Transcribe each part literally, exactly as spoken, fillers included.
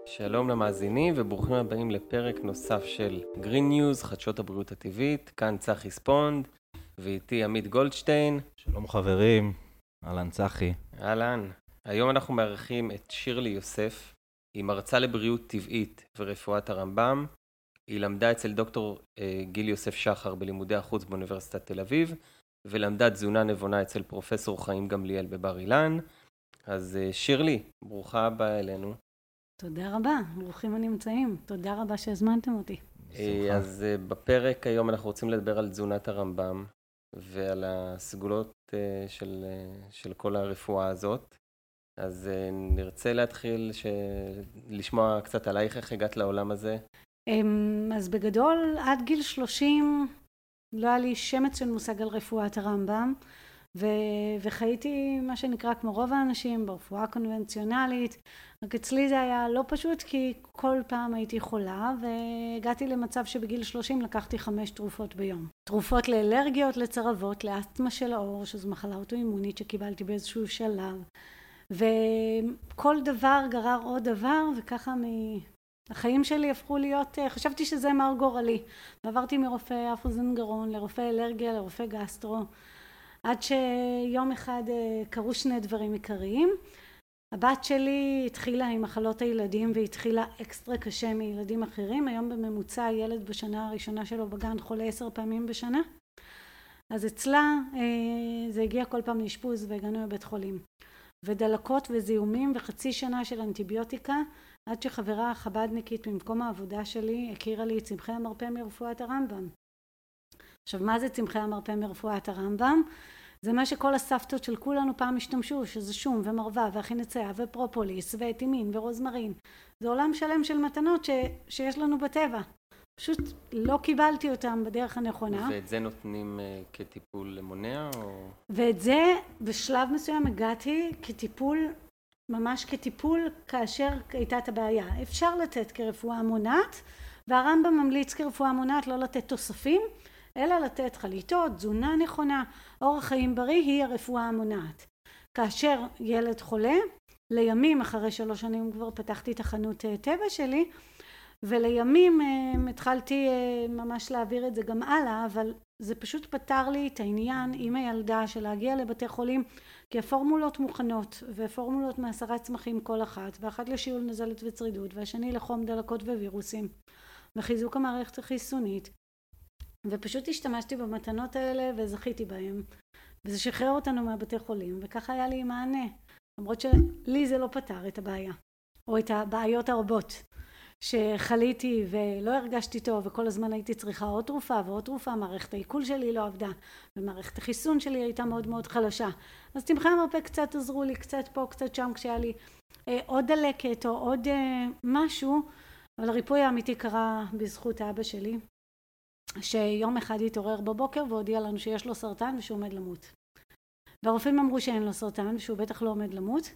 שלום למאזינים וברוכים הבאים לפרק נוסף של Green News, חדשות הבריאות הטבעית. כאן צחי ספונד ואיתי עמית גולדשטיין. שלום חברים, אהלן צחי. אהלן. היום אנחנו מארחים את שירלי יוסף. היא מרצה לבריאות טבעית ורפואת הרמב"ם. היא למדה אצל דוקטור גיל יוסף שחר בלימודי החוץ באוניברסיטת תל אביב, ולמדה תזונה נבונה אצל פרופסור חיים גמליאל בבר אילן. אז שירלי, ברוכה הבאה אלינו. תודה רבה, ברוכים הנמצאים. תודה רבה שהזמנתם אותי. אז בפרק היום אנחנו רוצים לדבר על תזונת הרמב"ם ועל הסגולות של, של כל הרפואה הזאת. אז נרצה להתחיל ש... לשמוע קצת עלייך, איך הגעת לעולם הזה. אז בגדול, עד גיל שלושים לא היה לי שמץ של מושג על רפואת הרמב"ם, ו... וחייתי מה שנקרא כמו רוב האנשים ברפואה הקונבנציונלית. רק אצלי זה היה לא פשוט כי כל פעם הייתי חולה, והגעתי למצב שבגיל שלושים לקחתי חמש תרופות ביום. תרופות לאלרגיות, לצרבות, לאסתמה של העור, שזו מחלה אוטואימונית שקיבלתי באיזשהו שלב. וכל דבר גרר עוד דבר, וככה החיים שלי הפכו להיות, חשבתי שזה מר גורלי. ועברתי מרופא אף אוזן גרון לרופא אלרגיה, לרופא גסטרו, עד שיום אחד קרו שני דברים עיקריים. הבת שלי התחילה עם מחלות הילדים והתחילה אקסטרה קשה מילדים אחרים. היום בממוצע ילד בשנה הראשונה שלו בגן חולה עשר פעמים בשנה. אז אצלה זה הגיע כל פעם לאשפוז והגענו לבית חולים. ודלקות וזיהומים וחצי שנה של אנטיביוטיקה, עד שחברה חבדניקית ממקום העבודה שלי הכירה לי את צמחי המרפא מרפואת הרמב"ם. עכשיו, מה זה צמחי המרפא מרפואת הרמב"ם? זה מה שכל הסבתות של כולנו פעם השתמשו, שזה שום ומרווה והחינציה ופרופוליס ואטימין ורוזמרין. זה עולם שלם של מתנות ש... שיש לנו בטבע. פשוט לא קיבלתי אותם בדרך הנכונה. ואת זה נותנים uh, כטיפול מונע או... ואת זה בשלב מסוים הגעתי כטיפול, ממש כטיפול כאשר הייתה את הבעיה. אפשר לתת כרפואה מונעת, והרמב"ם ממליץ כרפואה מונעת לא לתת תוספים, אלא לתת חליטות, תזונה נכונה, אורח חיים בריא היא הרפואה המונעת. כאשר ילד חולה, לימים אחרי שלוש שנים כבר פתחתי את החנות טבע שלי, ולימים התחלתי ממש להעביר את זה גם הלאה, אבל זה פשוט פתר לי את העניין עם הילדה של להגיע לבתי חולים, כי הפורמולות מוכנות, ופורמולות מעשרה צמחים כל אחת, ואחת לשיעול נזלת וצרידות, והשני לחום דלקות ווירוסים, וחיזוק המערכת החיסונית. ופשוט השתמשתי במתנות האלה וזכיתי בהם, וזה שחרר אותנו מהבתי חולים, וככה היה לי מענה, למרות שלי זה לא פתר את הבעיה, או את הבעיות הרבות. שחליתי ולא הרגשתי טוב וכל הזמן הייתי צריכה עוד תרופה ועוד תרופה, מערכת העיכול שלי לא עבדה ומערכת החיסון שלי הייתה מאוד מאוד חלשה. אז צמחי המרפא קצת עזרו לי, קצת פה קצת שם, כשהיה לי אה, עוד דלקת או עוד אה, משהו. אבל הריפוי האמיתי קרה בזכות אבא שלי, שיום אחד התעורר בבוקר והודיע לנו שיש לו סרטן ושהוא עומד למות. והרופאים אמרו שאין לו סרטן ושהוא בטח לא עומד למות.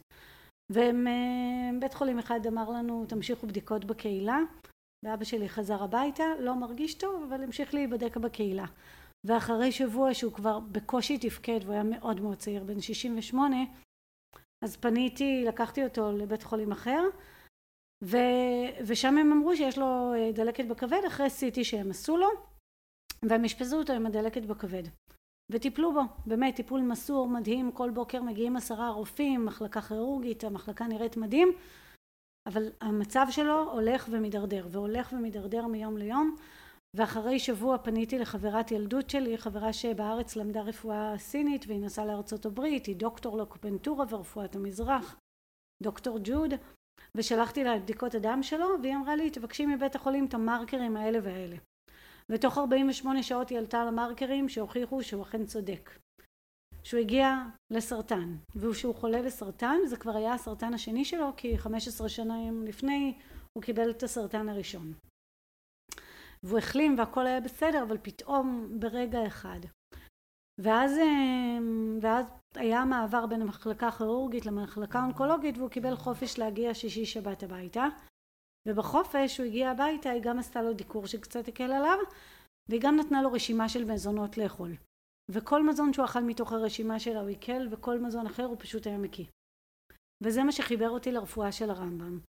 ובית חולים אחד אמר לנו תמשיכו בדיקות בקהילה, ואבא שלי חזר הביתה, לא מרגיש טוב אבל המשיך להיבדק בקהילה. ואחרי שבוע שהוא כבר בקושי תפקד והוא היה מאוד מאוד צעיר, בן שישים ושמונה, אז פניתי, לקחתי אותו לבית חולים אחר, ו... ושם הם אמרו שיש לו דלקת בכבד אחרי סי טי שהם עשו לו, והם השפזו אותו עם הדלקת בכבד. וטיפלו בו, באמת טיפול מסור, מדהים, כל בוקר מגיעים עשרה רופאים, מחלקה כירורגית, המחלקה נראית מדהים, אבל המצב שלו הולך ומדרדר, והולך ומדרדר מיום ליום, ואחרי שבוע פניתי לחברת ילדות שלי, חברה שבארץ למדה רפואה סינית, והיא נסעה לארצות הברית, היא דוקטור לאקופנטורה ורפואת המזרח, דוקטור ג'וד, ושלחתי לה את בדיקות הדם שלו, והיא אמרה לי, תבקשי מבית החולים את המרקרים האלה והאלה. ותוך ארבעים ושמונה שעות היא עלתה למרקרים שהוכיחו שהוא אכן צודק. שהוא הגיע לסרטן, ושהוא חולה בסרטן, זה כבר היה הסרטן השני שלו, כי חמש עשרה שנה לפני הוא קיבל את הסרטן הראשון. והוא החלים והכל היה בסדר, אבל פתאום ברגע אחד. ואז, ואז היה מעבר בין המחלקה הכירורגית למחלקה האונקולוגית, והוא קיבל חופש להגיע שישי שבת הביתה. ובחופש הוא הגיע הביתה, היא גם עשתה לו דיקור שקצת הקל עליו, והיא גם נתנה לו רשימה של מזונות לאכול. וכל מזון שהוא אכל מתוך הרשימה שלה הוא עיכל, וכל מזון אחר הוא פשוט היה מקיא. וזה מה שחיבר אותי לרפואה של הרמב"ם.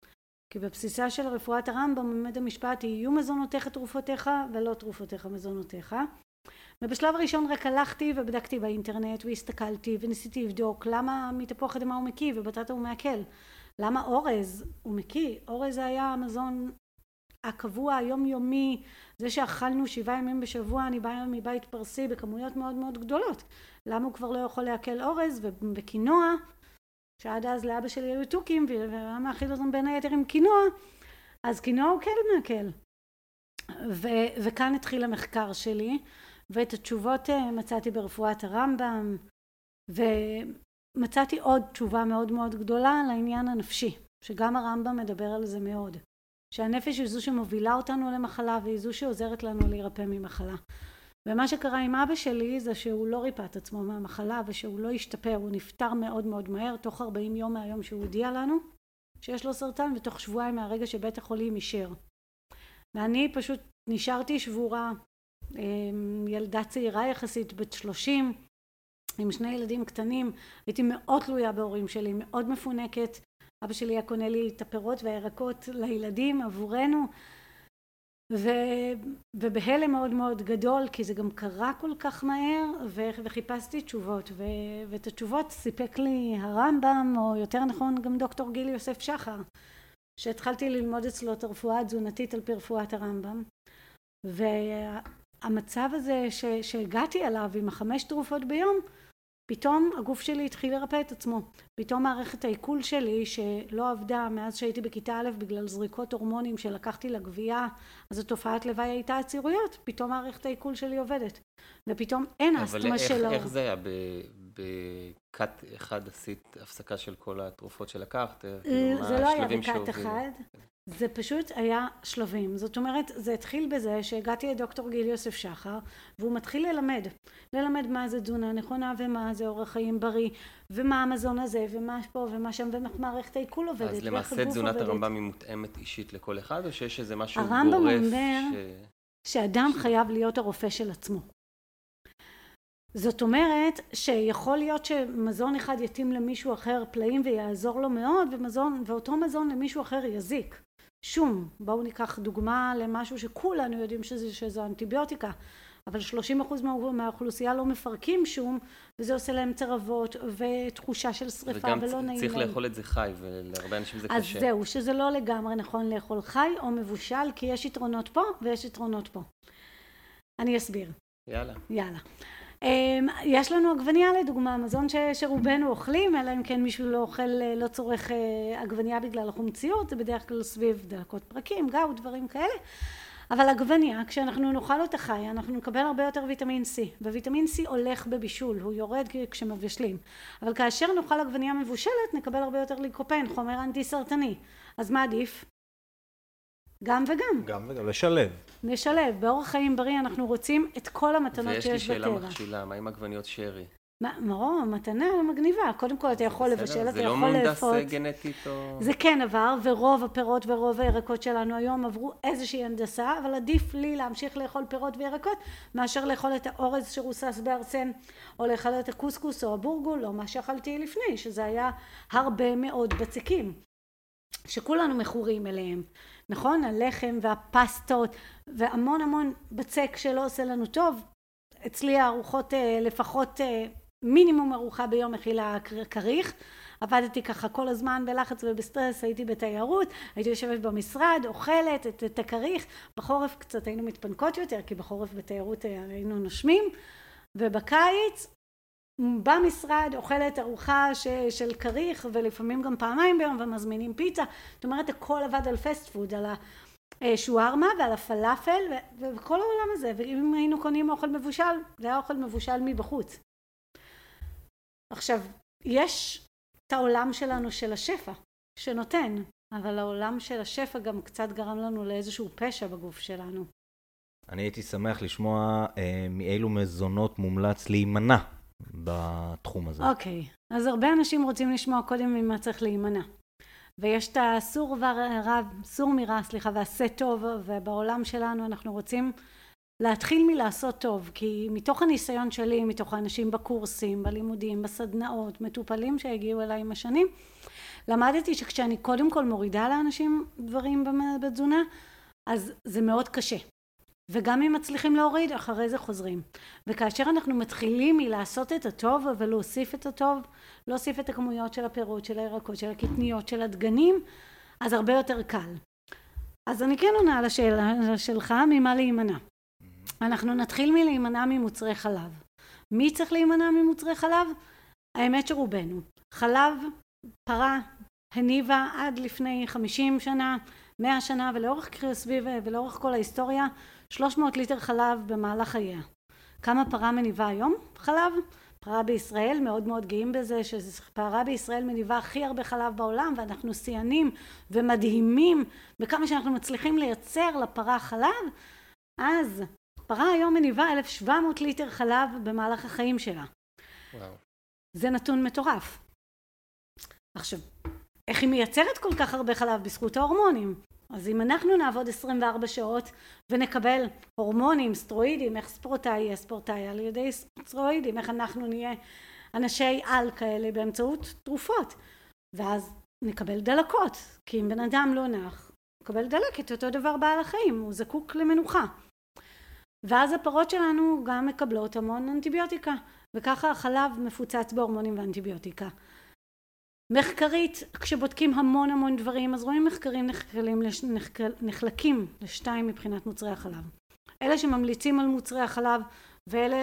כי בבסיסה של רפואת הרמב"ם עומד המשפט, יהיו מזונותיך תרופותיך ולא תרופותיך מזונותיך. ובשלב הראשון רק הלכתי ובדקתי באינטרנט והסתכלתי וניסיתי לבדוק למה מתפוח אדמה הוא מקיא ובטטה הוא מעכל. למה אורז הוא מקיא? אורז היה המזון הקבוע, היומיומי, זה שאכלנו שבעה ימים בשבוע, אני באה מבית פרסי בכמויות מאוד מאוד גדולות. למה הוא כבר לא יכול להקל אורז? ובקינוע, שעד אז לאבא שלי היו תוכים, והיה מאכיל אותם בין היתר עם קינוע, אז קינוע הוא כן מעכל. ו- וכאן התחיל המחקר שלי, ואת התשובות מצאתי ברפואת הרמב"ם, ומצאתי עוד תשובה מאוד מאוד גדולה לעניין הנפשי, שגם הרמב"ם מדבר על זה מאוד. שהנפש היא זו שמובילה אותנו למחלה, והיא זו שעוזרת לנו להירפא ממחלה. ומה שקרה עם אבא שלי זה שהוא לא ריפא את עצמו מהמחלה, ושהוא לא השתפר, הוא נפטר מאוד מאוד מהר, תוך ארבעים יום מהיום שהוא הודיע לנו שיש לו סרטן, ותוך שבועיים מהרגע שבית החולים אישר. ואני פשוט נשארתי שבורה, ילדה צעירה יחסית, בת שלושים, עם שני ילדים קטנים, הייתי מאוד תלויה בהורים שלי, מאוד מפונקת, אבא שלי היה קונה לי את הפירות והירקות לילדים עבורנו, ו... ובהלם מאוד מאוד גדול, כי זה גם קרה כל כך מהר, ו... וחיפשתי תשובות, ו... ואת התשובות סיפק לי הרמב"ם, או יותר נכון גם דוקטור גילי יוסף שחר, שהתחלתי ללמוד אצלו את הרפואה התזונתית על פי רפואת הרמב"ם, והמצב הזה ש... שהגעתי עליו עם החמש תרופות ביום, פתאום הגוף שלי התחיל לרפא את עצמו. פתאום מערכת העיכול שלי שלא עבדה מאז שהייתי בכיתה א' בגלל זריקות הורמונים שלקחתי לגבייה, אז התופעת לוואי הייתה הצירויות, פתאום מערכת העיכול שלי עובדת. ופתאום אין אסתמה שלו. אבל איך זה היה? בקאט אחד עשית הפסקה של כל התרופות שלקחת? זה לא היה בקאט אחד. זה פשוט היה שלבים. זאת אומרת, זה התחיל בזה שהגעתי לדוקטור גילי יוסף שחר, והוא מתחיל ללמד. ללמד מה זה תזונה נכונה, ומה זה אורח חיים בריא, ומה המזון הזה, ומה פה ומה שם, ומערכת העיכול עובדת. אז למעשה תזונת הרמב"ם היא מותאמת אישית לכל אחד, או שיש איזה משהו גורף? הרמב"ם אומר שאדם חייב להיות הרופא של עצמו. זאת אומרת שיכול להיות שמזון אחד יתאים למישהו אחר פלאים ויעזור לו מאוד, ומזון, ואותו מזון למישהו אחר יזיק. שום, בואו ניקח דוגמה למשהו שכולנו יודעים שזה, שזה אנטיביוטיקה, אבל שלושים אחוז מהאוכלוסייה לא מפרקים שום, וזה עושה להם צרבות ותחושה של שריפה ולא נעים להם. וגם צריך לאכול את זה חי, ולהרבה אנשים זה אז קשה. אז זהו, שזה לא לגמרי נכון לאכול חי או מבושל, כי יש יתרונות פה ויש יתרונות פה. אני אסביר. יאללה. יאללה. יש לנו עגבנייה לדוגמה, מזון שרובנו אוכלים, אלא אם כן מישהו לא אוכל, לא צורך עגבנייה בגלל החומציות, זה בדרך כלל סביב דלקות פרקים, גאו, דברים כאלה. אבל עגבנייה, כשאנחנו נאכל אותה חי, אנחנו נקבל הרבה יותר ויטמין C, וויטמין C הולך בבישול, הוא יורד כשמבשלים. אבל כאשר נאכל עגבנייה מבושלת, נקבל הרבה יותר ליקופן, חומר אנטי סרטני. אז מה עדיף? גם וגם. גם וגם, לשלב. לשלב. באורח חיים בריא אנחנו רוצים את כל המתנות שיש בטבע. ויש לי שאלה מכשילה, מה עם עגבניות שרי? מרום, מתנה מגניבה. קודם כל אתה יכול לבשל, אתה יכול לאפות. זה לא מהונדס גנטית או... זה כן עבר, ורוב הפירות ורוב הירקות שלנו היום עברו איזושהי הנדסה, אבל עדיף לי להמשיך לאכול פירות וירקות, מאשר לאכול את האורז שרוסס בארסן, או לאכול את הקוסקוס או הבורגול, או מה שאכלתי לפני, שזה היה הרבה מאוד בצקים, שכולנו מכורים אליהם. נכון? הלחם והפסטות, והמון המון בצק שלא עושה לנו טוב. אצלי הארוחות לפחות מינימום ארוחה ביום מכילה כריך. עבדתי ככה כל הזמן בלחץ ובסטרס, הייתי בתיירות, הייתי יושבת במשרד, אוכלת את, את הכריך. בחורף קצת היינו מתפנקות יותר, כי בחורף בתיירות היינו נושמים. ובקיץ במשרד אוכלת ארוחה ש, של כריך, ולפעמים גם פעמיים ביום, ומזמינים פיצה. זאת אומרת, הכל עבד על פסט פוד, על השוארמה ועל הפלאפל, ו, וכל העולם הזה. ואם היינו קונים אוכל מבושל, זה היה אוכל מבושל מבחוץ. עכשיו, יש את העולם שלנו של השפע, שנותן, אבל העולם של השפע גם קצת גרם לנו לאיזשהו פשע בגוף שלנו. אני הייתי שמח לשמוע אה, מאילו מזונות מומלץ להימנע בתחום הזה. אוקיי, אז הרבה אנשים רוצים לשמוע קודם ממה צריך להימנע. ויש את הסור ורב, סור מרע, סליחה, ועשה טוב, ובעולם שלנו אנחנו רוצים להתחיל מלעשות טוב, כי מתוך הניסיון שלי, מתוך האנשים בקורסים, בלימודים, בסדנאות, מטופלים שהגיעו אליי עם השנים, למדתי שכשאני קודם כל מורידה לאנשים דברים בתזונה, אז זה מאוד קשה. וגם אם מצליחים להוריד, אחרי זה חוזרים. וכאשר אנחנו מתחילים מלעשות את הטוב ולהוסיף את הטוב, להוסיף את הכמויות של הפירות, של הירקות, של הקטניות, של הדגנים, אז הרבה יותר קל. אז אני כן עונה על השאלה שלך, ממה להימנע. אנחנו נתחיל מלהימנע ממוצרי חלב. מי צריך להימנע ממוצרי חלב? האמת שרובנו. חלב, פרה, הניבה עד לפני חמישים שנה, מאה שנה, ולאורך סביב ולאורך כל ההיסטוריה, שלוש מאות ליטר חלב במהלך חייה. כמה פרה מניבה היום? חלב. פרה בישראל, מאוד מאוד גאים בזה, שפרה בישראל מניבה הכי הרבה חלב בעולם, ואנחנו סיינים ומדהימים בכמה שאנחנו מצליחים לייצר לפרה חלב. אז פרה היום מניבה אלף ושבע מאות ליטר חלב במהלך החיים שלה. וואו. זה נתון מטורף. עכשיו, איך היא מייצרת כל כך הרבה חלב? בזכות ההורמונים. אז אם אנחנו נעבוד עשרים וארבע שעות ונקבל הורמונים, סטרואידים, איך ספורטאי יהיה ספורטאי על ידי סטרואידים, איך אנחנו נהיה אנשי על כאלה באמצעות תרופות, ואז נקבל דלקות, כי אם בן אדם לא נח, נקבל דלקת, אותו דבר בעל החיים, הוא זקוק למנוחה. ואז הפרות שלנו גם מקבלות המון אנטיביוטיקה, וככה החלב מפוצץ בהורמונים ואנטיביוטיקה. מחקרית, כשבודקים המון המון דברים, אז רואים מחקרים נחקלים, נחלקים לשתיים מבחינת מוצרי החלב. אלה שממליצים על מוצרי החלב, ואלה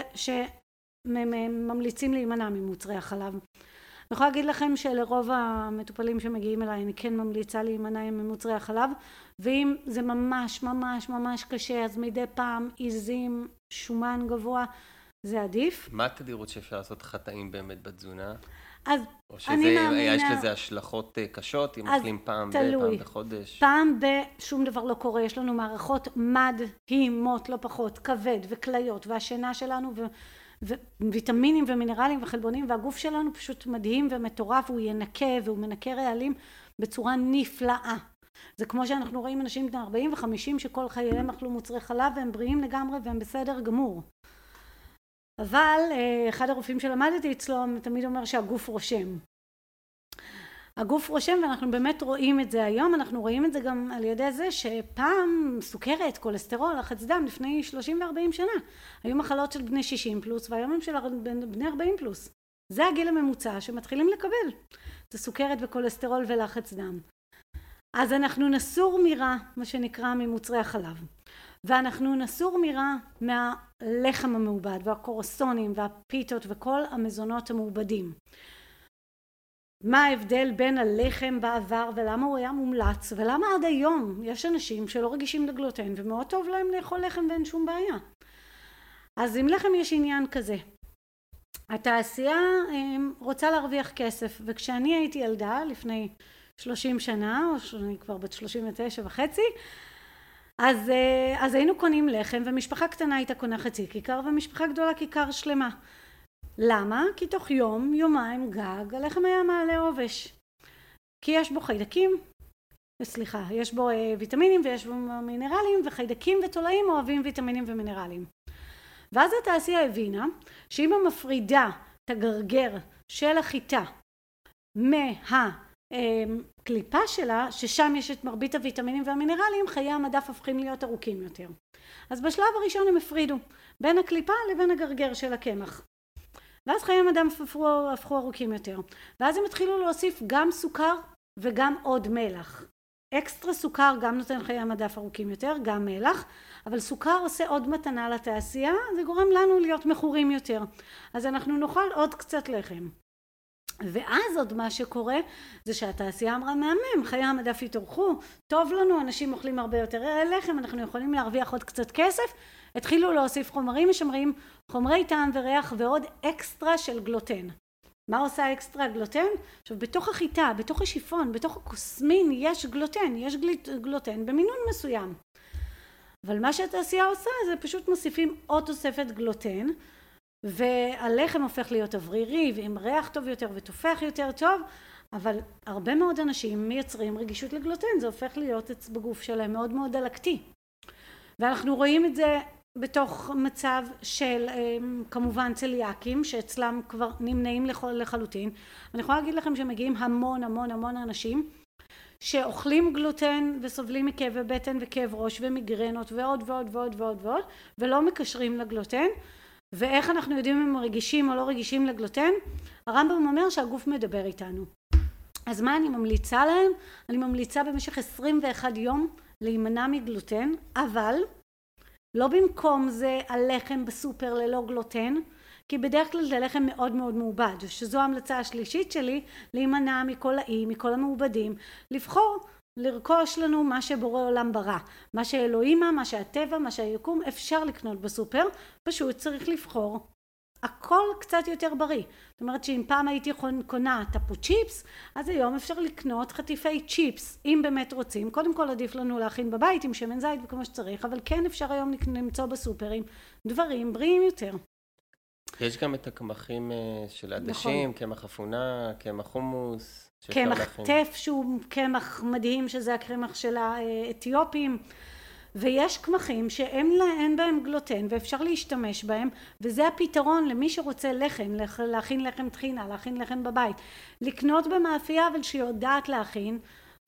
שממליצים להימנע ממוצרי החלב. אני יכולה להגיד לכם שלרוב המטופלים שמגיעים אליי, אני כן ממליצה להימנע ממוצרי החלב, ואם זה ממש ממש ממש קשה, אז מדי פעם עיזים, שומן גבוה, זה עדיף. מה התדירות שאפשר לעשות חטאים באמת בתזונה? אז או שיש לזה השלכות קשות, אם אוכלים פעם בפעם בחודש? פעם בשום דבר לא קורה, יש לנו מערכות מדהימות, לא פחות, כבד וכליות, והשינה שלנו וויטמינים ומינרלים וחלבונים, והגוף שלנו פשוט מדהים ומטורף, הוא ינקה והוא מנקה רעלים בצורה נפלאה. זה כמו שאנחנו רואים אנשים בני ארבעים וחמישים שכל חייהם אכלו מוצרי חלב והם בריאים לגמרי והם בסדר גמור. אבל אחד הרופאים שלמדתי אצלו תמיד אומר שהגוף רושם. הגוף רושם ואנחנו באמת רואים את זה היום, אנחנו רואים את זה גם על ידי זה שפעם סוכרת, כולסטרול, לחץ דם לפני שלושים וארבעים שנה. היו מחלות של בני שישים פלוס והיום הם של בני ארבעים פלוס. זה הגיל הממוצע שמתחילים לקבל. זה סוכרת וכולסטרול ולחץ דם. אז אנחנו נסור מרע, מה שנקרא ממוצרי החלב. ואנחנו נסור מרע מהלחם המעובד והקורסונים והפיתות וכל המזונות המעובדים. מה ההבדל בין הלחם בעבר ולמה הוא היה מומלץ ולמה עד היום יש אנשים שלא רגישים לגלוטן ומאוד טוב להם לאכול לחם ואין שום בעיה. אז עם לחם יש עניין כזה. התעשייה רוצה להרוויח כסף, וכשאני הייתי ילדה לפני שלושים שנה, או שאני כבר בת שלושים ותשע וחצי, אז, אז היינו קונים לחם, ומשפחה קטנה הייתה קונה חצי כיכר, ומשפחה גדולה כיכר שלמה. למה? כי תוך יום, יומיים גג, הלחם היה מעלה עובש. כי יש בו חיידקים, סליחה, יש בו ויטמינים ויש בו מינרלים, וחיידקים ותולעים אוהבים ויטמינים ומינרלים. ואז התעשייה הבינה שאם היא מפרידה את הגרגר של החיטה מהקליפה שלה, ששם יש את מרבית הוויטמינים והמינרלים, חיי המדף הופכים להיות ארוכים יותר. אז בשלב הראשון הם הפרידו בין הקליפה לבין הגרגר של הקמח. ואז חיי המדף הפכו, הפכו ארוכים יותר. ואז הם התחילו להוסיף גם סוכר וגם עוד מלח. אקסטרה סוכר גם נותן חיי המדף ארוכים יותר, גם מלח, אבל סוכר עושה עוד מתנה לתעשייה, זה גורם לנו להיות מכורים יותר. אז אנחנו נאכל עוד קצת לחם. ואז עוד מה שקורה זה שהתעשייה אמרה מהמם, חיי המדף יתארכו, טוב לנו, אנשים אוכלים הרבה יותר לחם, אנחנו יכולים להרוויח עוד קצת כסף. התחילו להוסיף חומרים משמרים, חומרי טעם וריח ועוד אקסטרה של גלוטן. מה עושה אקסטרה גלוטן? עכשיו, בתוך החיטה, בתוך השיפון, בתוך הקוסמין יש גלוטן, יש גלוטן במינון מסוים. אבל מה שהתעשייה עושה זה פשוט מוסיפים עוד תוספת גלוטן, והלחם הופך להיות אוורירי ועם ריח טוב יותר ותופח יותר טוב, אבל הרבה מאוד אנשים מייצרים רגישות לגלוטן, זה הופך להיות בגוף שלהם מאוד מאוד דלקתי. ואנחנו רואים את זה בתוך מצב של כמובן צליאקים שאצלם כבר נמנעים לחלוטין. אני יכולה להגיד לכם שמגיעים המון המון המון אנשים שאוכלים גלוטן וסובלים מכאבי בטן וכאב ראש ומיגרנות ועוד ועוד ועוד ועוד ועוד ולא מקשרים לגלוטן. ואיך אנחנו יודעים אם הם רגישים או לא רגישים לגלוטן? הרמב"ם אומר שהגוף מדבר איתנו. אז מה אני ממליצה להם? אני ממליצה במשך עשרים ואחד יום להימנע מגלוטן, אבל לא במקום זה הלחם בסופר ללא גלוטן, כי בדרך כלל זה לחם מאוד מאוד מעובד, שזו ההמלצה השלישית שלי, להימנע מכל האי, מכל המעובדים, לבחור לרכוש לנו מה שבורא עולם ברא, מה שאלוהימה, מה שהטבע, מה שהיקום, אפשר לקנות בסופר, פשוט צריך לבחור. הכל קצת יותר בריא. זאת אומרת שאם פעם הייתי קונה טפו צ'יפס, אז היום אפשר לקנות חטיפי צ'יפס, אם באמת רוצים. קודם כל עדיף לנו להכין בבית עם שמן זית וכמו שצריך, אבל כן אפשר היום למצוא בסופרים דברים בריאים יותר. יש גם את הקמחים של עדשים, נכון. קמח אפונה, קמח חומוס. קמח טף שהוא קמח מדהים, שזה הקמח של האתיופים. ויש קמחים שאין בהם גלוטן ואפשר להשתמש בהם, וזה הפתרון למי שרוצה לחם, להכין לחם טחינה, להכין לחם בבית, לקנות במאפייה אבל שיודעת להכין,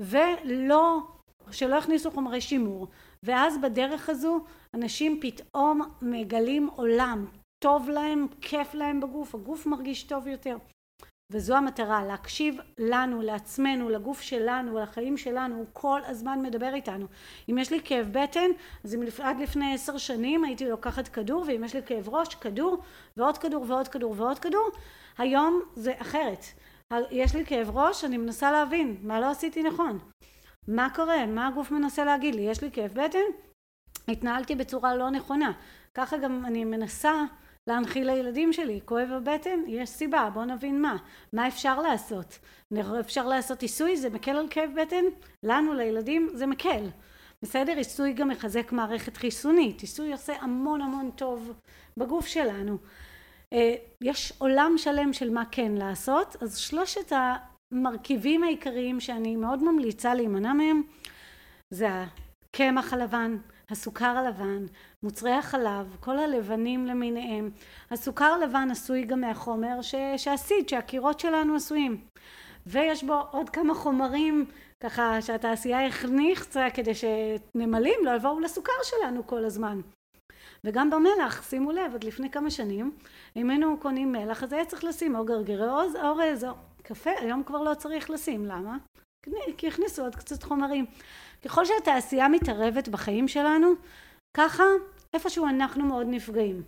ולא, שלא יכניסו חומרי שימור. ואז בדרך הזו אנשים פתאום מגלים עולם, טוב להם, כיף להם בגוף, הגוף מרגיש טוב יותר. וזו המטרה, להקשיב לנו, לעצמנו, לגוף שלנו, לחיים שלנו, הוא כל הזמן מדבר איתנו. אם יש לי כאב בטן, אז אם עד לפני עשר שנים הייתי לוקחת כדור, ואם יש לי כאב ראש, כדור, ועוד כדור, ועוד כדור, ועוד כדור, היום זה אחרת. יש לי כאב ראש, אני מנסה להבין, מה לא עשיתי נכון? מה קורה? מה הגוף מנסה להגיד לי? יש לי כאב בטן? התנהלתי בצורה לא נכונה. ככה גם אני מנסה להנחיל לילדים שלי, כואב הבטן, יש סיבה, בוא נבין מה, מה אפשר לעשות. אפשר לעשות עיסוי, זה מקל על כאב בטן, לנו לילדים זה מקל. בסדר, עיסוי גם מחזק מערכת חיסונית, עיסוי עושה המון המון טוב בגוף שלנו. יש עולם שלם של מה כן לעשות, אז שלושת המרכיבים העיקריים שאני מאוד ממליצה להימנע מהם, זה הקמח הלבן, הסוכר הלבן, מוצרי החלב, כל הלבנים למיניהם. הסוכר הלבן עשוי גם מהחומר ש... שהסיד, שהקירות שלנו עשויים. ויש בו עוד כמה חומרים, ככה שהתעשייה הכניסה כדי שנמלים לא יבואו לסוכר שלנו כל הזמן. וגם במלח, שימו לב, עד לפני כמה שנים, אם היינו קונים מלח, אז היה צריך לשים או גרגירי עוז, או אורז, או קפה, היום כבר לא צריך לשים. למה? כי הכניסו עוד קצת חומרים. ככל שהתעשייה מתערבת בחיים שלנו, ככה איפשהו אנחנו מאוד נפגעים.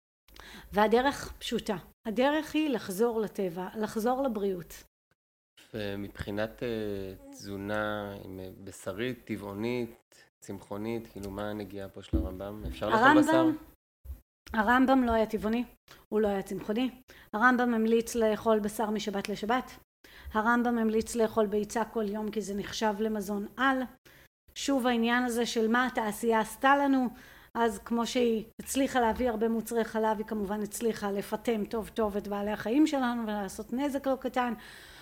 והדרך פשוטה. הדרך היא לחזור לטבע, לחזור לבריאות. ומבחינת uh, תזונה עם בשרית, טבעונית, צמחונית, כאילו מה הנגיעה פה של הרמב"ם? אפשר לאכול בשר? הרמב"ם לא היה טבעוני, הוא לא היה צמחוני. הרמב"ם ממליץ לאכול בשר משבת לשבת. הרמב"ם ממליץ לאכול ביצה כל יום כי זה נחשב למזון על. שוב העניין הזה של מה התעשייה עשתה לנו, אז כמו שהיא הצליחה להביא הרבה מוצרי חלב, היא כמובן הצליחה לפטם טוב טוב את בעלי החיים שלנו ולעשות נזק לא קטן.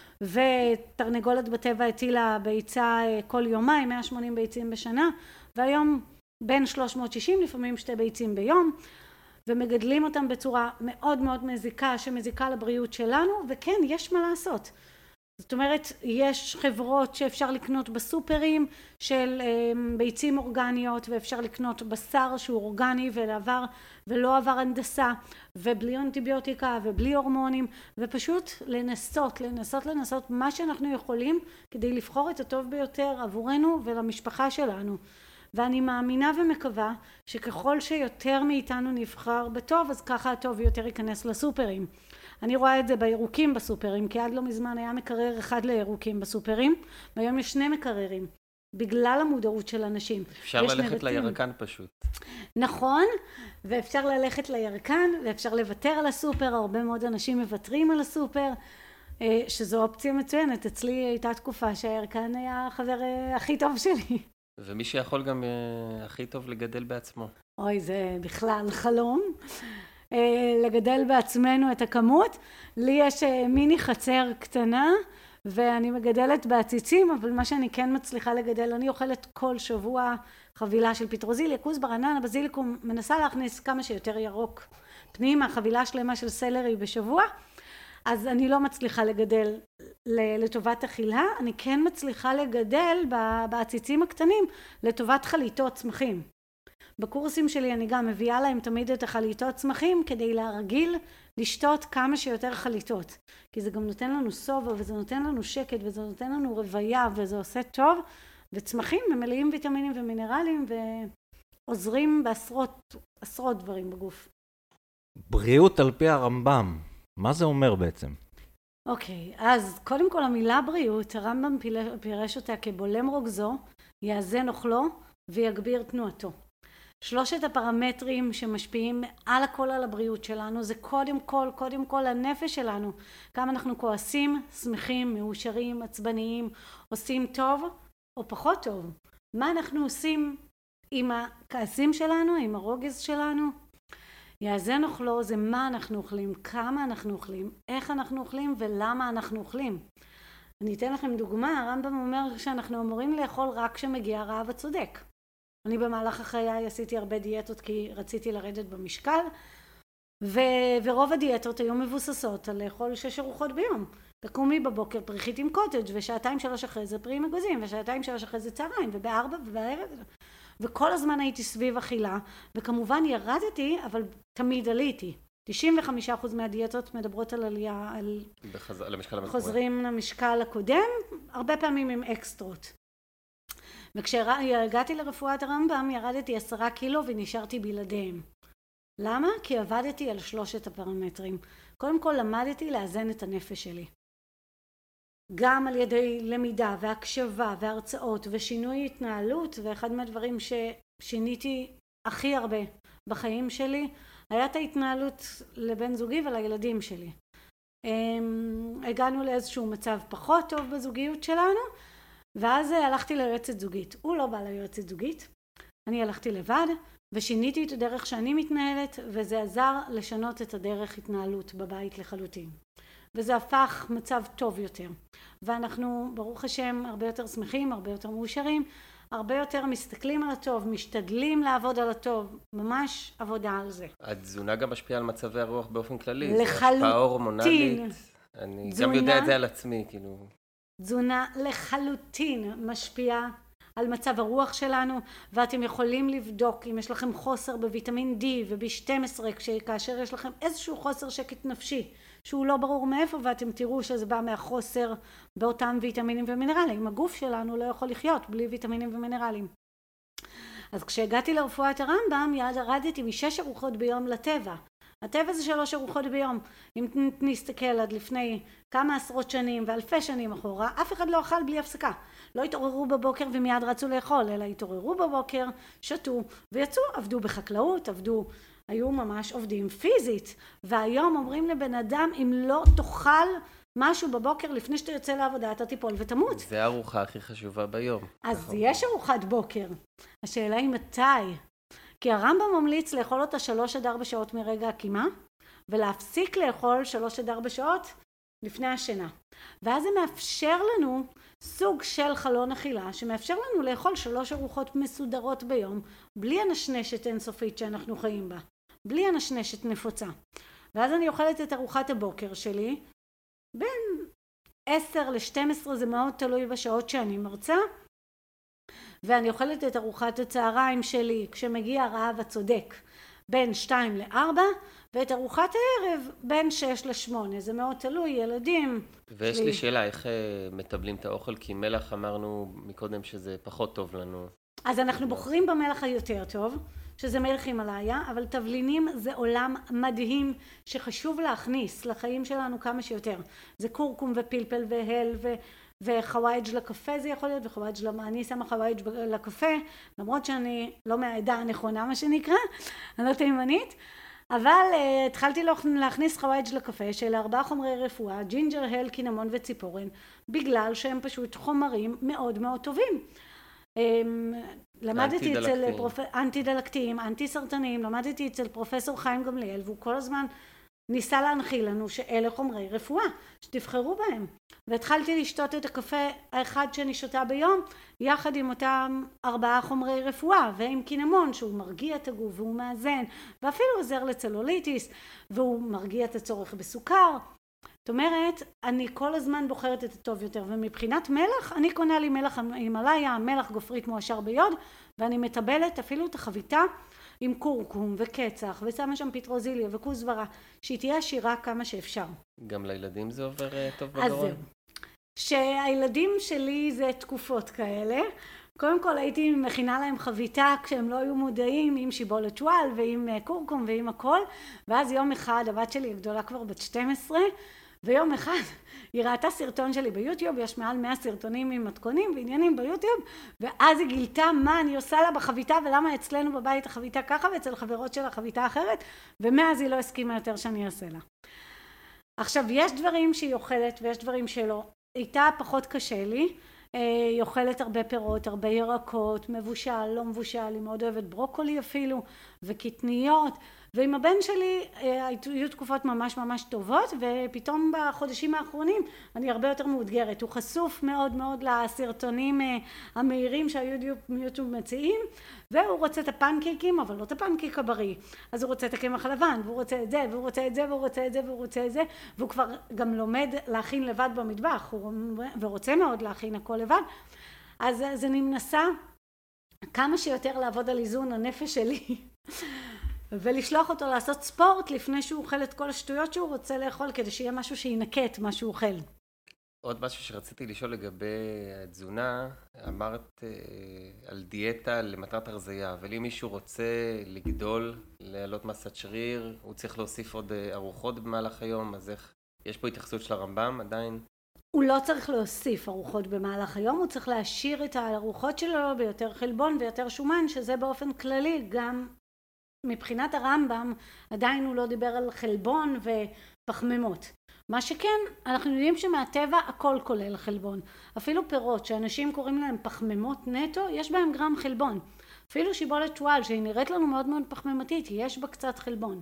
ותרנגולת בטבע הטילה ביצה כל יומיים, מאה ושמונים ביצים בשנה, והיום בין שלוש מאות ושישים לפעמים שתי ביצים ביום, ומגדלים אותם בצורה מאוד מאוד מזיקה, שמזיקה לבריאות שלנו, וכן, יש מה לעשות. זאת אומרת, יש חברות שאפשר לקנות בסופרים של ביצים אורגניות, ואפשר לקנות בשר שהוא אורגני ולעבר, ולא עבר הנדסה, ובלי אנטיביוטיקה ובלי הורמונים, ופשוט לנסות, לנסות, לנסות מה שאנחנו יכולים כדי לבחור את הטוב ביותר עבורנו ולמשפחה שלנו. ואני מאמינה ומקווה שככל שיותר מאיתנו נבחר בטוב, אז ככה הטוב יותר ייכנס לסופרים. אני רואה את זה בירוקים בסופרים, כי עד לא מזמן היה מקרר אחד לירוקים בסופרים, והיום יש שני מקררים, בגלל המודעות של אנשים. אפשר ללכת לירקן פשוט. נכון, ואפשר ללכת לירקן, ואפשר לוותר על הסופר, הרבה מאוד אנשים מוותרים על הסופר, שזו אופציה מצוינת. אצלי הייתה תקופה שהירקן היה החבר הכי טוב שלי. ומי שיכול גם הכי טוב לגדל בעצמו. אוי, זה בכלל חלום. לגדל בעצמנו את הכמות. לי יש מיני חצר קטנה, ואני מגדלת בעציצים, אבל מה שאני כן מצליחה לגדל, אני אוכלת כל שבוע חבילה של פטרוזיליה, כוסברה, רעננה, בזיליקום, מנסה להכניס כמה שיותר ירוק פנימה, חבילה שלמה של סלרי בשבוע, אז אני לא מצליחה לגדל לטובת אכילה, אני כן מצליחה לגדל בעציצים הקטנים לטובת חליטות צמחים. בקורסים שלי אני גם מביאה להם תמיד את החליטות צמחים כדי להרגיל לשתות כמה שיותר חליטות, כי זה גם נותן לנו סובה וזה נותן לנו שקט וזה נותן לנו רוויה וזה עושה טוב, וצמחים הם מלאים ויטמינים ומינרלים ועוזרים בעשרות עשרות דברים בגוף. בריאות על פי הרמב"ם, מה זה אומר בעצם? אוקיי, אז קודם כל המילה בריאות, הרמב"ם פירש אותה כבולם רוגזו, יאזן אוכלו ויגביר תנועתו. שלושת הפרמטרים שמשפיעים על הכל על הבריאות שלנו זה קודם כל, קודם כל הנפש שלנו. כמה אנחנו כועסים, שמחים, מאושרים, עצבניים, עושים טוב או פחות טוב. מה אנחנו עושים עם הכעסים שלנו, עם הרוגז שלנו? יאזן אוכלו זה מה אנחנו אוכלים, כמה אנחנו אוכלים, איך אנחנו אוכלים ולמה אנחנו אוכלים. אני אתן לכם דוגמה, הרמב"ם אומר שאנחנו אמורים לאכול רק כשמגיע הרעב הצודק. אני במהלך החיי עשיתי הרבה דיאטות כי רציתי לרדת במשקל, ו... ורוב הדיאטות היו מבוססות על לאכול שש ארוחות ביום. תקומי בבוקר פריחית עם קוטג' ושעתיים שלוש אחרי זה פרי עם אגוזים, ושעתיים שלוש אחרי זה צהריים, ובארבע ובערב, וכל הזמן הייתי סביב אכילה, וכמובן ירדתי, אבל תמיד עליתי. תשעים וחמישה אחוז מהדיאטות מדברות על עלייה, על בחז... למשקל המקורי. חוזרים למשקל הקודם, הרבה פעמים עם אקסטרות. וכשהגעתי לרפואת הרמב"ם ירדתי עשרה קילו ונשארתי בלעדיהם. למה? כי עבדתי על שלושת הפרמטרים. קודם כל למדתי לאזן את הנפש שלי. גם על ידי למידה והקשבה והרצאות ושינוי התנהלות, ואחד מהדברים ששיניתי הכי הרבה בחיים שלי היה את ההתנהלות לבן זוגי ולילדים שלי. הגענו לאיזשהו מצב פחות טוב בזוגיות שלנו, ואז הלכתי ליועצת זוגית. הוא לא בא ליועצת זוגית, אני הלכתי לבד ושיניתי את הדרך שאני מתנהלת, וזה עזר לשנות את הדרך התנהלות בבית לחלוטין. וזה הפך מצב טוב יותר. ואנחנו ברוך השם הרבה יותר שמחים, הרבה יותר מאושרים, הרבה יותר מסתכלים על הטוב, משתדלים לעבוד על הטוב, ממש עבודה על זה. התזונה גם משפיעה על מצבי הרוח באופן כללי. לחלוטין. זה השפעה הורמונלית. אני תזונה, גם יודע את זה על עצמי, כאילו. תזונה לחלוטין משפיעה על מצב הרוח שלנו, ואתם יכולים לבדוק אם יש לכם חוסר בוויטמין D וב שתים עשרה, כאשר יש לכם איזשהו חוסר שקט נפשי, שהוא לא ברור מאיפה, ואתם תראו שזה בא מהחוסר באותם ויטמינים ומינרלים. הגוף שלנו לא יכול לחיות בלי ויטמינים ומינרלים. אז כשהגעתי לרפואת הרמב"ם, ירדתי משש ארוחות ביום לטבע. הטבע זה שלוש ארוחות ביום. אם נסתכל עד לפני כמה עשרות שנים ואלפי שנים אחורה, אף אחד לא אכל בלי הפסקה. לא התעוררו בבוקר ומיד רצו לאכול, אלא התעוררו בבוקר, שתו ויצאו, עבדו בחקלאות, עבדו, היו ממש עובדים פיזית. והיום אומרים לבן אדם, אם לא תאכל משהו בבוקר לפני שאתה יוצא לעבודה, אתה תיפול ותמות. זה הארוחה הכי חשובה ביום. אז יש ארוחת בוקר. השאלה היא מתי? כי הרמב"ם ממליץ לאכול אותה שלוש עד ארבע שעות מרגע הקימה, ולהפסיק לאכול שלוש עד ארבע שעות לפני השינה. ואז זה מאפשר לנו סוג של חלון אכילה, שמאפשר לנו לאכול שלוש ארוחות מסודרות ביום, בלי הנשנשת אינסופית שאנחנו חיים בה, בלי הנשנשת נפוצה. ואז אני אוכלת את ארוחת הבוקר שלי, בין עשר ל-שתים עשרה, זה מאוד תלוי בשעות שאני מרצה, ואני אוכלת את ארוחת הצהריים שלי כשמגיע הרעב הצודק בין שתיים לארבע, ואת ארוחת הערב בין שש לשמונה. זה מאוד תלוי, ילדים. ויש לי שאלה, איך מטבלים את האוכל? כי מלח אמרנו מקודם שזה פחות טוב לנו. אז אנחנו בוחרים במלח היותר טוב, שזה מלח הימלאיה, אבל תבלינים זה עולם מדהים שחשוב להכניס לחיים שלנו כמה שיותר. זה קורקום ופלפל והל ו... וחוואיג' לקפה זה יכול להיות, וחוואיג' למה אני שמה חוואיג' לקפה, למרות שאני לא מהעדה הנכונה מה שנקרא, אני לא תימנית, אבל uh, התחלתי להכניס חוואיג' לקפה של ארבעה חומרי רפואה, ג'ינג'ר, הל, קינמון וציפורן, בגלל שהם פשוט חומרים מאוד מאוד טובים. Um, למדתי אצל פרופ... אנטי דלקתיים, אנטי סרטניים, למדתי אצל פרופסור חיים גמליאל, והוא כל הזמן ניסה להנחיל לנו שאלה חומרי רפואה, שתבחרו בהם. והתחלתי לשתות את הקפה האחד שאני שותה ביום, יחד עם אותם ארבעה חומרי רפואה, ועם קינמון שהוא מרגיע את הגוף והוא מאזן, ואפילו עוזר לצלוליטיס, והוא מרגיע את הצורך בסוכר. זאת אומרת, אני כל הזמן בוחרת את הטוב יותר, ומבחינת מלח, אני קונה לי מלח הימלאיה, מלח גופרית מועשר ביוד, ואני מטבלת אפילו את החביתה עם קורקום וקצח, ושמה שם פטרוזיליה וכוסברה, שהיא תהיה עשירה כמה שאפשר. גם לילדים זה עובר טוב אז בגרון? זהו. שהילדים שלי זה תקופות כאלה. קודם כל הייתי מכינה להם חביתה כשהם לא היו מודעים, עם שיבולת שואל ועם קורקום ועם הכל, ואז יום אחד, הבת שלי הגדולה כבר בת שתים עשרה, ויום אחד היא ראתה סרטון שלי ביוטיוב, יש מעל מאה סרטונים עם מתכונים ועניינים ביוטיוב, ואז היא גילתה מה אני עושה לה בחביתה, ולמה אצלנו בבית החביתה ככה, ואצל חברות שלה חביתה אחרת, ומאז היא לא הסכימה יותר שאני אעשה לה. עכשיו, יש דברים שהיא אוכלת ויש דברים שלא. איתה פחות קשה לי, היא אוכלת הרבה פירות, הרבה ירקות, מבושל, לא מבושל, היא מאוד אוהבת ברוקולי אפילו, וקטניות, ועם הבן שלי היו תקופות ממש ממש טובות, ופתאום בחודשים האחרונים אני הרבה יותר מאותגרת. הוא חשוף מאוד מאוד לסרטונים המהירים שהיוטיוב מציעים, והוא רוצה את הפנקייקים, אבל לא את הפנקייק הבריא. אז הוא רוצה את הקמח הלבן, והוא רוצה את זה, והוא רוצה את זה, והוא רוצה את זה, והוא רוצה את זה, והוא כבר גם לומד להכין לבד במטבח, ורוצה מאוד להכין הכל לבד. אז, אז אני מנסה כמה שיותר לעבוד על איזון הנפש שלי, ולשלוח אותו לעשות ספורט לפני שהוא אוכל את כל השטויות שהוא רוצה לאכול, כדי שיהיה משהו שינקה את מה שהוא אוכל. עוד משהו שרציתי לשאול לגבי התזונה, אמרת אה, על דיאטה למטרת הרזייה, אבל אם מישהו רוצה לגדול, לעלות מסת שריר, הוא צריך להוסיף עוד ארוחות במהלך היום, אז איך, יש פה התייחסות של הרמב"ם עדיין? הוא לא צריך להוסיף ארוחות במהלך היום, הוא צריך להשאיר את הארוחות שלו ביותר חלבון ויותר שומן, שזה באופן כללי גם מבחינת הרמב"ם, עדיין הוא לא דיבר על חלבון ופחמימות. מה שכן, אנחנו יודעים שמהטבע הכל כולל חלבון. אפילו פירות שאנשים קוראים להם פחמימות נטו, יש בהם גרם חלבון. אפילו שיבולת שואל שהיא נראית לנו מאוד מאוד פחמימתית, יש בה קצת חלבון.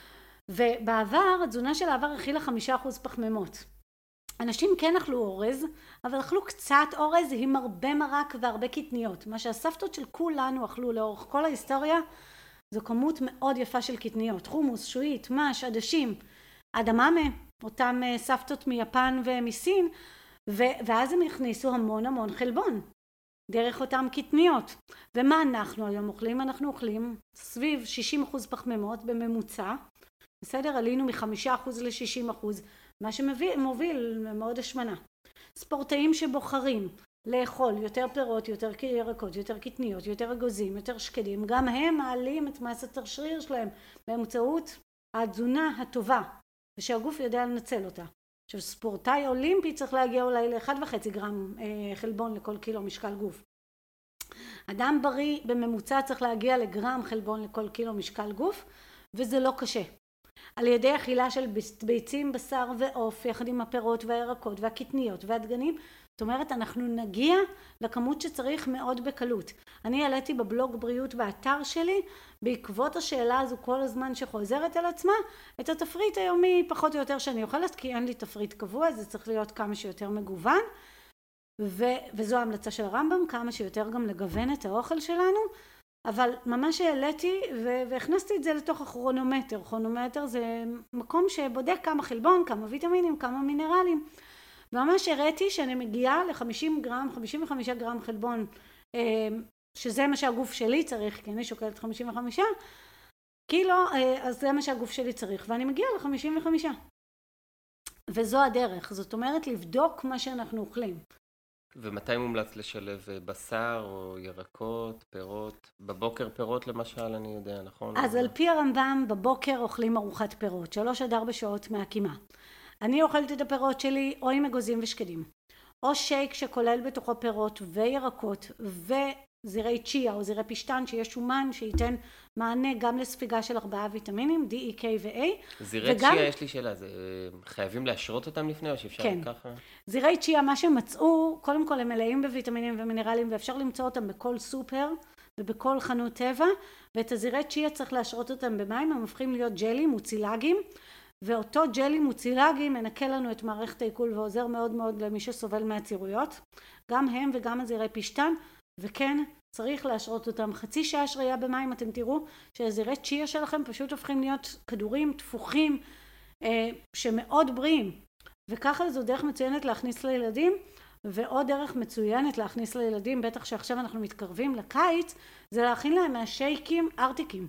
ובעבר, התזונה של העבר הכילה חמישה אחוז פחמימות. אנשים כן אכלו אורז, אבל אכלו קצת אורז עם הרבה מרק והרבה קטניות. מה שהסבתות של כולנו אכלו לאורך כל ההיסטוריה, זו כמות מאוד יפה של קטניות. חומוס, שועית, מש, עדשים, אדממה, אותם סבתות מיפן ומסין, ואז הם הכניסו המון המון חלבון דרך אותם קטניות. ומה אנחנו היום אוכלים? אנחנו אוכלים סביב שישים אחוז פחמימות בממוצע, בסדר? עלינו מ-חמישה אחוז ל-שישים אחוז, מה שמוביל מאוד השמנה. ספורטאים שבוחרים לאכול יותר פירות, יותר ירקות, יותר קטניות, יותר אגוזים, יותר שקדים, גם הם מעלים את מסת השריר שלהם באמצעות התזונה הטובה, ושהגוף יודע לנצל אותה. עכשיו, ספורטאי אולימפי צריך להגיע אולי ל-אחד וחצי גרם אה, חלבון לכל קילו משקל גוף. אדם בריא בממוצע צריך להגיע לגרם חלבון לכל קילו משקל גוף, וזה לא קשה. על ידי אכילה של ביצים, בשר ועוף, יחד עם הפירות והירקות והקטניות והדגנים, זאת אומרת, אנחנו נגיע לכמות שצריך מאוד בקלות. אני העליתי בבלוג בריאות באתר שלי, בעקבות השאלה הזו כל הזמן שחוזרת על עצמה, את התפריט היומי פחות או יותר שאני אוכלת, כי אין לי תפריט קבוע, זה צריך להיות כמה שיותר מגוון, ו- וזו ההמלצה של הרמב"ם, כמה שיותר גם לגוון את האוכל שלנו, אבל ממש העליתי ו- והכנסתי את זה לתוך הכרונומטר. כרונומטר זה מקום שבודק כמה חלבון, כמה ויטמינים, כמה מינרלים, וממש הראיתי שאני מגיעה ל-חמישים גרם, חמישים וחמישה גרם חלבון, שזה מה שהגוף שלי צריך, כי אני שוקלת חמישים וחמישה קילו, אז זה מה שהגוף שלי צריך, ואני מגיעה ל-חמישים וחמישה. וזו הדרך, זאת אומרת לבדוק מה שאנחנו אוכלים. ומתי מומלץ לשלב בשר או ירקות, פירות? בבוקר פירות למשל, אני יודע, נכון? אז על פי הרמב"ם, בבוקר אוכלים ארוחת פירות, שלוש עד ארבע שעות מהקימה. אני אוכלת את הפירות שלי או עם אגוזים ושקדים, או שייק שכולל בתוכו פירות וירקות וזירי צ'יה או זירי פשטן שיש שומן שייתן מענה גם לספיגה של ארבעה ויטמינים, D, E, K ו-A. זירי וגם... צ'יה, יש לי שאלה, זה, חייבים להשרות אותם לפני או שאפשר כן. ככה? זירי צ'יה, מה שמצאו, קודם כל הם מלאים בוויטמינים ומינרלים ואפשר למצוא אותם בכל סופר ובכל חנות טבע, ואת הזירי צ'יה צריך להשרות אותם במים, הם הופכים להיות ג'לים, מוצילגים, ואותו ג'לי מוצילגי מנקה לנו את מערכת העיכול ועוזר מאוד מאוד למי שסובל מהצירויות, גם הם וגם הזירי פשטן, וכן צריך להשרות אותם חצי שעה שרייה במים. אתם תראו שהזירי צ'יה שלכם פשוט הופכים להיות כדורים תפוחים אה, שמאוד בריאים, וככה זו דרך מצוינת להכניס לילדים. ועוד דרך מצוינת להכניס לילדים, בטח שעכשיו אנחנו מתקרבים לקיץ, זה להכין להם מהשייקים ארטיקים.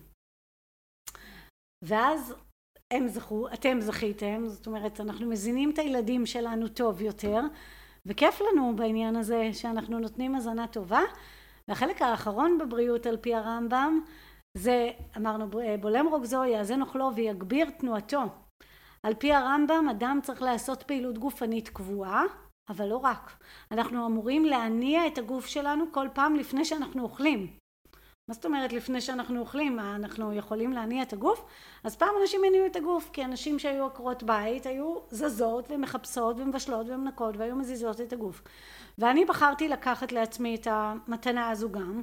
ואז הם זכו, אתם זכיתם, זאת אומרת אנחנו מזינים את הילדים שלנו טוב יותר, וכיף לנו בעניין הזה שאנחנו נותנים הזנה טובה. והחלק האחרון בבריאות על פי הרמב"ם זה, אמרנו, בולם רוגזו יאזן אוכלו ויגביר תנועתו. על פי הרמב"ם אדם צריך לעשות פעילות גופנית קבועה, אבל לא רק. אנחנו אמורים להניע את הגוף שלנו כל פעם לפני שאנחנו אוכלים. מה זאת אומרת לפני שאנחנו אוכלים? מה, אנחנו יכולים להניע את הגוף? אז פעם אנשים הניעו את הגוף, כי אנשים שהיו עקרות בית היו זזות ומחפשות ומבשלות ומנקות והיו מזיזות את הגוף. ואני בחרתי לקחת לעצמי את המתנה הזו גם,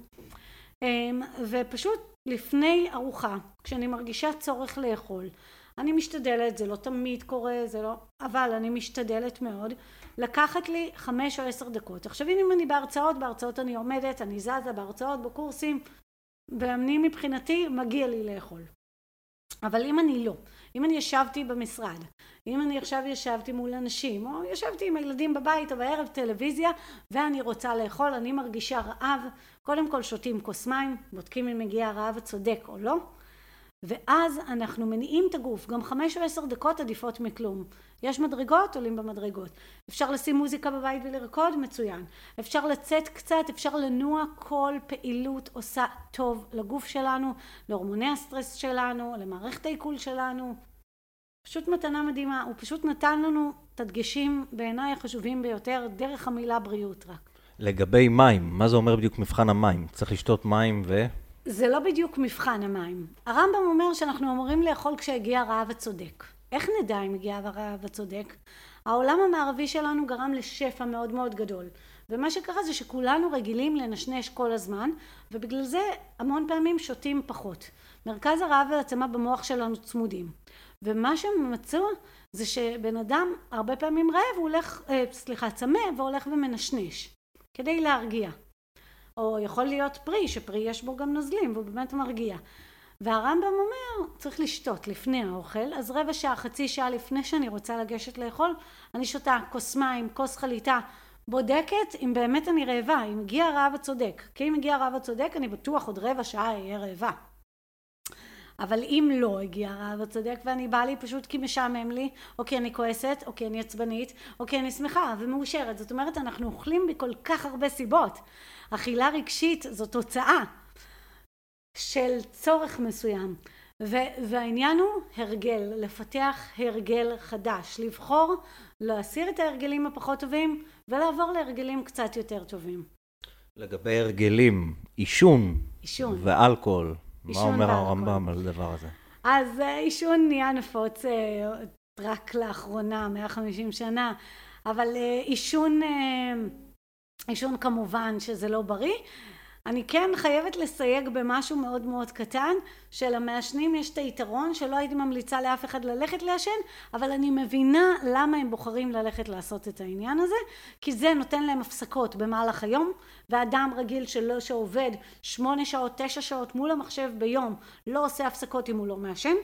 ופשוט לפני ארוחה, כשאני מרגישה צורך לאכול, אני משתדלת, זה לא תמיד קורה, זה לא, אבל אני משתדלת מאוד, לקחת לי חמש או עשר דקות. עכשיו אם אני בהרצאות, בהרצאות אני עומדת, אני זזה בהרצאות, בקורסים, ואני מבחינתי מגיע לי לאכול. אבל אם אני לא, אם אני ישבתי במשרד, אם אני עכשיו ישבתי מול אנשים, או ישבתי עם הילדים בבית או בערב טלוויזיה, ואני רוצה לאכול, אני מרגישה רעב, קודם כל שותים כוס מים, בודקים אם מגיע הרעב הצודק או לא, ואז אנחנו מניעים את הגוף, גם חמש או עשר דקות עדיפות מכלום. יש מדרגות, עולים במדרגות. אפשר לשים מוזיקה בבית ולרקוד, מצוין. אפשר לצאת קצת, אפשר לנוע, כל פעילות עושה טוב לגוף שלנו, להורמוני הסטרס שלנו, למערכת העיכול שלנו. פשוט מתנה מדהימה, הוא פשוט נתן לנו את הדגשים בעיניי החשובים ביותר, דרך המילה בריאות רק. לגבי מים, מה זה אומר בדיוק מבחן המים? צריך לשתות מים ו... זה לא בדיוק מבחן המים. הרמב"ם אומר שאנחנו אמורים לאכול כשהגיע הרעב הצודק. איך נדע אם הגיע הרעב הצודק? העולם המערבי שלנו גרם לשפע מאוד מאוד גדול. ומה שקרה זה שכולנו רגילים לנשנש כל הזמן, ובגלל זה המון פעמים שותים פחות. מרכז הרעב והעצמה במוח שלנו צמודים. ומה שמצאו זה שבן אדם הרבה פעמים רעב, הוא הולך, אה, סליחה, צמא, והולך ומנשנש. כדי להרגיע. או יכול להיות פרי, שפרי יש בו גם נוזלים, והוא באמת מרגיע. והרמב"ם אומר, צריך לשתות לפני האוכל, אז רבע שעה, חצי שעה לפני שאני רוצה לגשת לאכול, אני שותה כוס מים, כוס חליטה, בודקת אם באמת אני רעבה, אם הגיע הרעב הצודק. כי אם הגיע הרעב הצודק, אני בטוח עוד רבע שעה אהיה רעבה. אבל אם לא הגיע הרעב הצודק, ואני באה לי פשוט כי משעמם לי, או כי אני כועסת, או כי אני עצבנית, או כי אני שמחה ומאושרת. זאת אומרת, אנחנו אוכלים בכל כך הרבה סיבות. אכילה רגשית זו תוצאה של צורך מסוים. והעניין הוא הרגל, לפתח הרגל חדש, לבחור, להסיר את ההרגלים הפחות טובים, ולעבור להרגלים קצת יותר טובים. לגבי הרגלים, עישון, עישון. ואלכוהול, מה אומר ואלכוהול. הרמב"ם על הדבר הזה? אז עישון נהיה נפוץ רק לאחרונה, מאה וחמישים שנה, אבל עישון, עישון כמובן שזה לא בריא. אני כן חייבת לסייג במשהו מאוד מאוד קטן, שלמעשנים יש את היתרון שלא הייתי ממליצה לאף אחד ללכת לעשן, אבל אני מבינה למה הם בוחרים ללכת לעשות את העניין הזה, כי זה נותן להם הפסקות במהלך היום, ואדם רגיל שלא, שעובד שמונה שעות, תשע שעות מול המחשב ביום, לא עושה הפסקות אם הוא לא מעשן.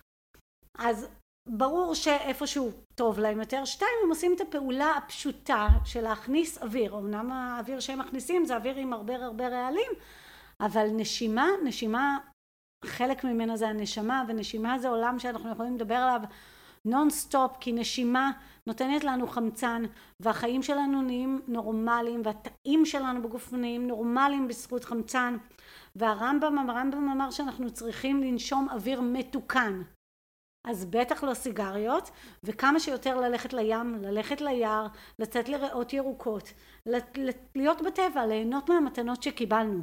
אז ברור שאיפשהו טוב להם יותר. שתיים, הם עושים את הפעולה הפשוטה של להכניס אוויר. אמנם האוויר שהם מכניסים זה אוויר עם הרבה הרבה רעלים, אבל נשימה, נשימה, חלק ממנה זה הנשמה, ונשימה זה עולם שאנחנו יכולים לדבר עליו נון סטופ, כי נשימה נותנת לנו חמצן, והחיים שלנו נהיים נורמליים, והתאים שלנו בגוף נהיים נורמליים בזכות חמצן. והרמב"ם, הרמב"ם אמר שאנחנו צריכים לנשום אוויר מתוקן. אז בטח לא סיגריות, וכמה שיותר ללכת לים, ללכת ליער, לצאת לריאות ירוקות, להיות בטבע, ליהנות מהמתנות שקיבלנו.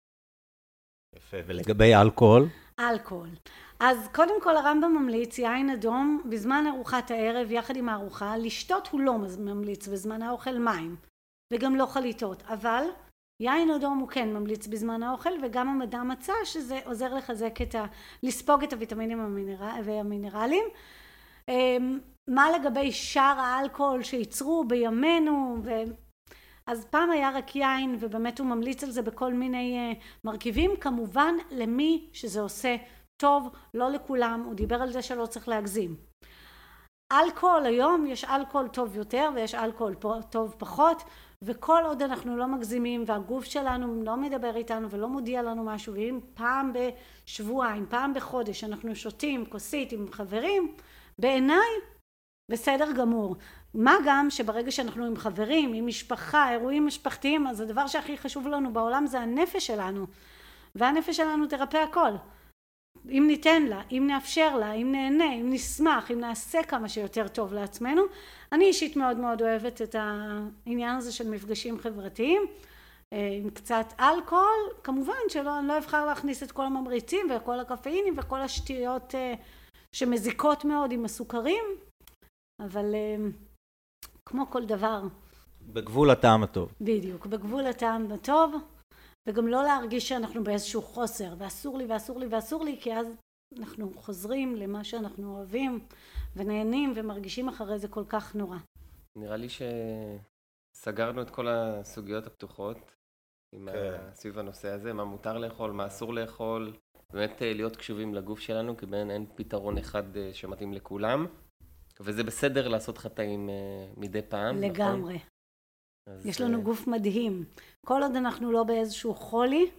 יפה, ולגבי אלכוהול? אלכוהול. אז קודם כל הרמב"ם ממליץ יין אדום בזמן ארוחת הערב יחד עם הארוחה, לשתות הוא לא ממליץ בזמן האוכל מים, וגם לא חליטות, אבל יין אדום הוא כן ממליץ בזמן האוכל, וגם המדע מצא שזה עוזר לחזק את ה... לספוג את הוויטמינים והמינרלים. מה לגבי שאר האלכוהול שייצרו בימינו? ו... אז פעם היה רק יין, ובאמת הוא ממליץ על זה בכל מיני מרכיבים, כמובן למי שזה עושה טוב, לא לכולם, הוא דיבר על זה שלא צריך להגזים. אלכוהול היום, יש אלכוהול טוב יותר ויש אלכוהול טוב פחות, וכל עוד אנחנו לא מגזימים והגוף שלנו לא מדבר איתנו ולא מודיע לנו משהו, ואם פעם בשבועיים, פעם בחודש אנחנו שותים כוסית עם חברים, בעיניי בסדר גמור. מה גם שברגע שאנחנו עם חברים, עם משפחה, אירועים משפחתיים, אז הדבר שהכי חשוב לנו בעולם זה הנפש שלנו, והנפש שלנו תרפא הכל. אם ניתן לה, אם נאפשר לה, אם נהנה, אם נשמח, אם נעשה כמה שיותר טוב לעצמנו. אני אישית מאוד מאוד אוהבת את העניין הזה של מפגשים חברתיים, עם קצת אלכוהול. כמובן שלא, אני לא אבחר להכניס את כל הממריצים וכל הקפאינים וכל השטויות שמזיקות מאוד עם הסוכרים, אבל כמו כל דבר. בגבול הטעם הטוב. בדיוק, בגבול הטעם הטוב. וגם לא להרגיש שאנחנו באיזשהו חוסר, ואסור לי ואסור לי ואסור לי, כי אז אנחנו חוזרים למה שאנחנו אוהבים, ונהנים ומרגישים אחרי זה כל כך נורא. נראה לי שסגרנו את כל הסוגיות הפתוחות, עם כן. סביב הנושא הזה, מה מותר לאכול, מה אסור לאכול, באמת להיות קשובים לגוף שלנו, כי בין אין פתרון אחד שמתאים לכולם, וזה בסדר לעשות חטאים מדי פעם, לגמרי. נכון? יש לנו גוף מדהים. כל עוד אנחנו לא באיזשהו חולי,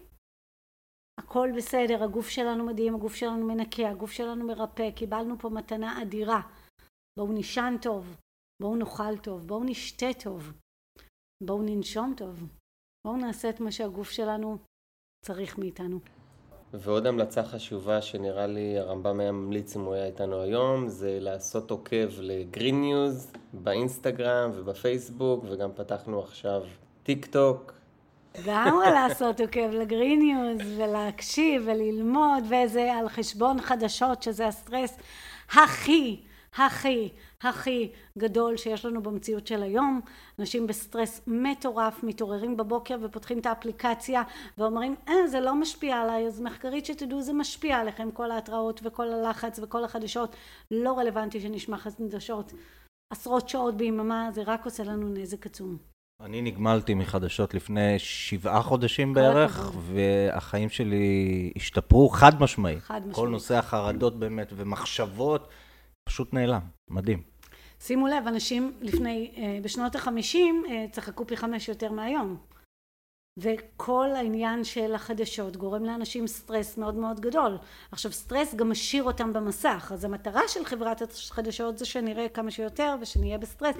הכל בסדר, הגוף שלנו מדהים, הגוף שלנו מנקה, הגוף שלנו מרפא, קיבלנו פה מתנה אדירה. בואו נישן טוב, בואו נאכל טוב, בואו נשתה טוב, בואו ננשום טוב, בואו נעשה את מה שהגוף שלנו צריך מאיתנו. ועוד המלצה חשובה שנראה לי הרמב"ם היה ממליץ אם הוא היה איתנו היום, זה לעשות עוקב לגרין ניוז באינסטגרם ובפייסבוק, וגם פתחנו עכשיו טיק טוק. גם לעשות עוקב לגרין ניוז ולהקשיב וללמוד, וזה על חשבון חדשות, שזה הסטרס הכי הכי הכי גדול שיש לנו במציאות של היום. אנשים בסטרס מטורף, מתעוררים בבוקר ופותחים את האפליקציה ואומרים, אה, זה לא משפיע עליי. אז מחקרית שתדעו, זה משפיע עליכם, כל ההתראות וכל הלחץ וכל החדשות. לא רלוונטי שנשמע חדשות עשרות שעות ביממה, זה רק עושה לנו נזק עצום. אני נגמלתי מחדשות לפני שבעה חודשים בערך, והחיים שלי השתפרו חד משמעי. חד משמעי. כל נושא החרדות באמת ומחשבות פשוט נעלם, מדהים. שימו לב, אנשים לפני, בשנות החמישים צחקו פי חמש יותר מהיום. וכל העניין של החדשות גורם לאנשים סטרס מאוד מאוד גדול. עכשיו, סטרס גם משאיר אותם במסך, אז המטרה של חברת החדשות זה שנראה כמה שיותר ושנהיה בסטרס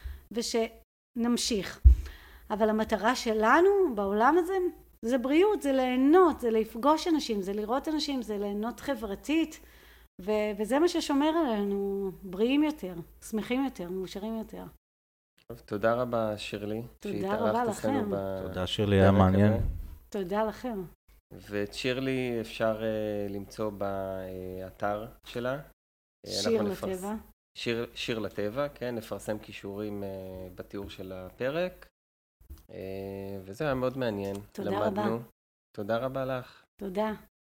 ושנמשיך. אבל המטרה שלנו בעולם הזה זה בריאות, זה ליהנות, זה לפגוש אנשים, זה לראות אנשים, זה ליהנות חברתית, ו- וזה מה ששומר עלינו בריאים יותר, שמחים יותר, מאושרים יותר. טוב, תודה רבה שירלי. תודה רבה לכם. תודה שירלי, היה מעניין. תודה לכם. ואת שירלי אפשר uh, למצוא באתר שלה. שיר לטבע. שיר, שיר לטבע, כן, נפרסם קישורים uh, בתיאור של הפרק. Uh, וזה היה מאוד מעניין. תודה למדנו. רבה. תודה רבה לך. תודה.